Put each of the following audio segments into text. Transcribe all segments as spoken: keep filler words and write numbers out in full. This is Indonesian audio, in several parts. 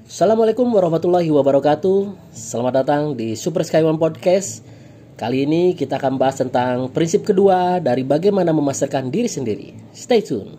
Assalamualaikum warahmatullahi wabarakatuh. Selamat datang di Super Sky One Podcast. Kali ini kita akan bahas tentang prinsip kedua dari bagaimana memasarkan diri sendiri. Stay tune.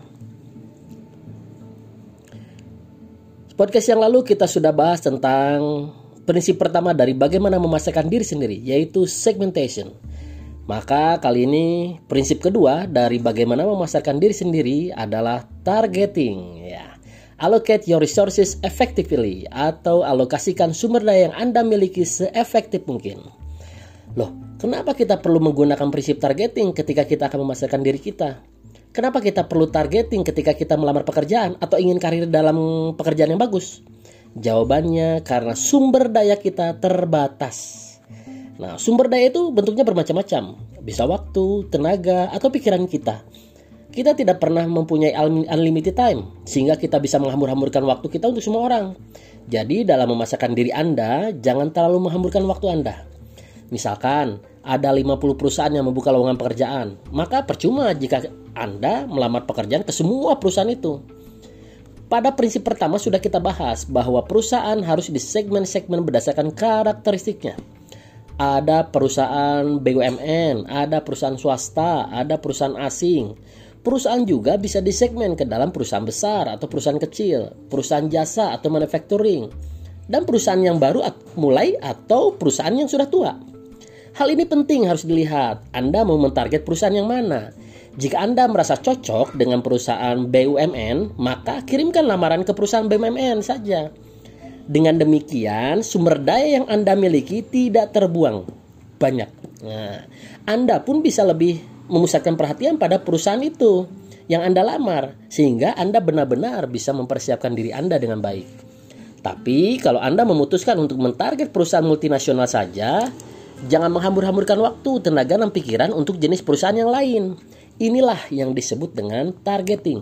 Podcast yang lalu kita sudah bahas tentang prinsip pertama dari bagaimana memasarkan diri sendiri, yaitu segmentation. Maka kali ini prinsip kedua dari bagaimana memasarkan diri sendiri adalah targeting, ya. Allocate your resources effectively, atau alokasikan sumber daya yang Anda miliki seefektif mungkin. Loh, kenapa kita perlu menggunakan prinsip targeting ketika kita akan memasarkan diri kita? Kenapa kita perlu targeting ketika kita melamar pekerjaan atau ingin karir dalam pekerjaan yang bagus? Jawabannya karena sumber daya kita terbatas. Nah, sumber daya itu bentuknya bermacam-macam. Bisa waktu, tenaga, atau pikiran kita. Kita tidak pernah mempunyai unlimited time, sehingga kita bisa menghambur-hamburkan waktu kita untuk semua orang. Jadi dalam memasarkan diri Anda, jangan terlalu menghamburkan waktu Anda. Misalkan ada lima puluh perusahaan yang membuka lowongan pekerjaan, maka percuma jika Anda melamar pekerjaan ke semua perusahaan itu. Pada prinsip pertama sudah kita bahas bahwa perusahaan harus disegmen-segmen berdasarkan karakteristiknya. Ada perusahaan B U M N, ada perusahaan swasta, ada perusahaan asing. Perusahaan juga bisa disegmen ke dalam perusahaan besar atau perusahaan kecil, perusahaan jasa atau manufacturing, dan perusahaan yang baru at- mulai atau perusahaan yang sudah tua. Hal ini penting harus dilihat. Anda mau mentarget perusahaan yang mana? Jika Anda merasa cocok dengan perusahaan B U M N, maka kirimkan lamaran ke perusahaan B U M N saja. Dengan demikian, sumber daya yang Anda miliki tidak terbuang banyak. Nah, Anda pun bisa lebih memusatkan perhatian pada perusahaan itu yang Anda lamar, sehingga Anda benar-benar bisa mempersiapkan diri Anda dengan baik. Tapi kalau Anda memutuskan untuk mentarget perusahaan multinasional saja, jangan menghambur-hamburkan waktu, tenaga, dan pikiran untuk jenis perusahaan yang lain. Inilah yang disebut dengan targeting.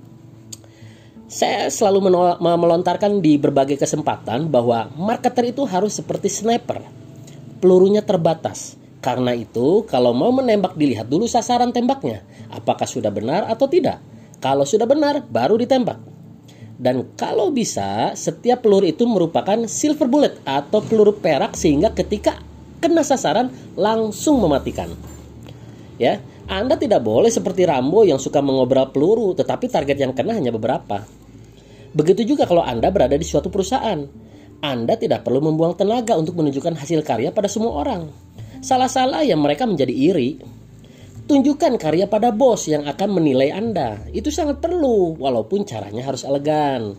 Saya selalu menol- melontarkan di berbagai kesempatan bahwa marketer itu harus seperti sniper. Pelurunya terbatas. Karena itu, kalau mau menembak dilihat dulu sasaran tembaknya. Apakah sudah benar atau tidak? Kalau sudah benar, baru ditembak. Dan kalau bisa, setiap peluru itu merupakan silver bullet atau peluru perak sehingga ketika kena sasaran langsung mematikan. Ya, Anda tidak boleh seperti Rambo yang suka mengobrol peluru, tetapi target yang kena hanya beberapa. Begitu juga kalau Anda berada di suatu perusahaan. Anda tidak perlu membuang tenaga untuk menunjukkan hasil karya pada semua orang. Salah-salah yang mereka menjadi iri. Tunjukkan karya pada bos yang akan menilai Anda. Itu sangat perlu, walaupun caranya harus elegan.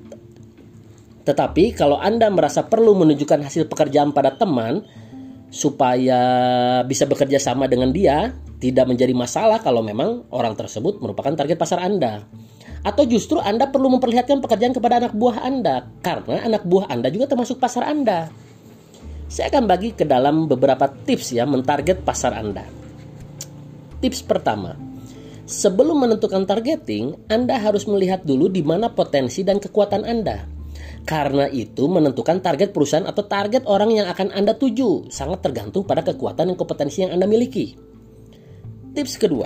Tetapi kalau Anda merasa perlu menunjukkan hasil pekerjaan pada teman supaya bisa bekerja sama dengan dia, tidak menjadi masalah kalau memang orang tersebut merupakan target pasar Anda. Atau justru Anda perlu memperlihatkan pekerjaan kepada anak buah Anda, karena anak buah Anda juga termasuk pasar Anda. Saya akan bagi ke dalam beberapa tips ya mentarget pasar Anda. Tips pertama, sebelum menentukan targeting, Anda harus melihat dulu di mana potensi dan kekuatan Anda. Karena itu menentukan target perusahaan atau target orang yang akan Anda tuju sangat tergantung pada kekuatan dan kompetensi yang Anda miliki. Tips kedua,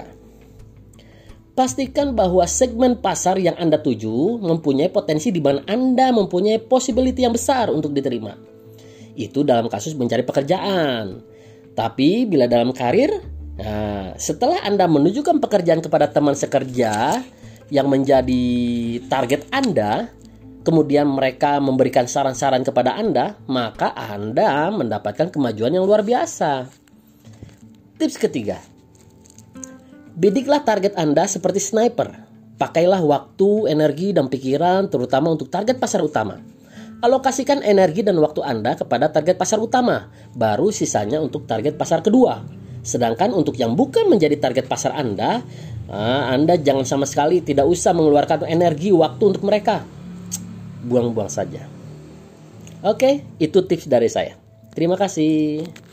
pastikan bahwa segmen pasar yang Anda tuju mempunyai potensi di mana Anda mempunyai possibility yang besar untuk diterima. Itu dalam kasus mencari pekerjaan. Tapi bila dalam karir, nah, setelah Anda menunjukkan pekerjaan kepada teman sekerja yang menjadi target Anda, kemudian mereka memberikan saran-saran kepada Anda, maka Anda mendapatkan kemajuan yang luar biasa. Tips ketiga, bidiklah target Anda seperti sniper. Pakailah waktu, energi, dan pikiran terutama untuk target pasar utama. Alokasikan energi dan waktu Anda kepada target pasar utama, baru sisanya untuk target pasar kedua. Sedangkan untuk yang bukan menjadi target pasar Anda, Anda jangan sama sekali tidak usah mengeluarkan energi waktu untuk mereka. Buang-buang saja. Oke, itu tips dari saya. Terima kasih.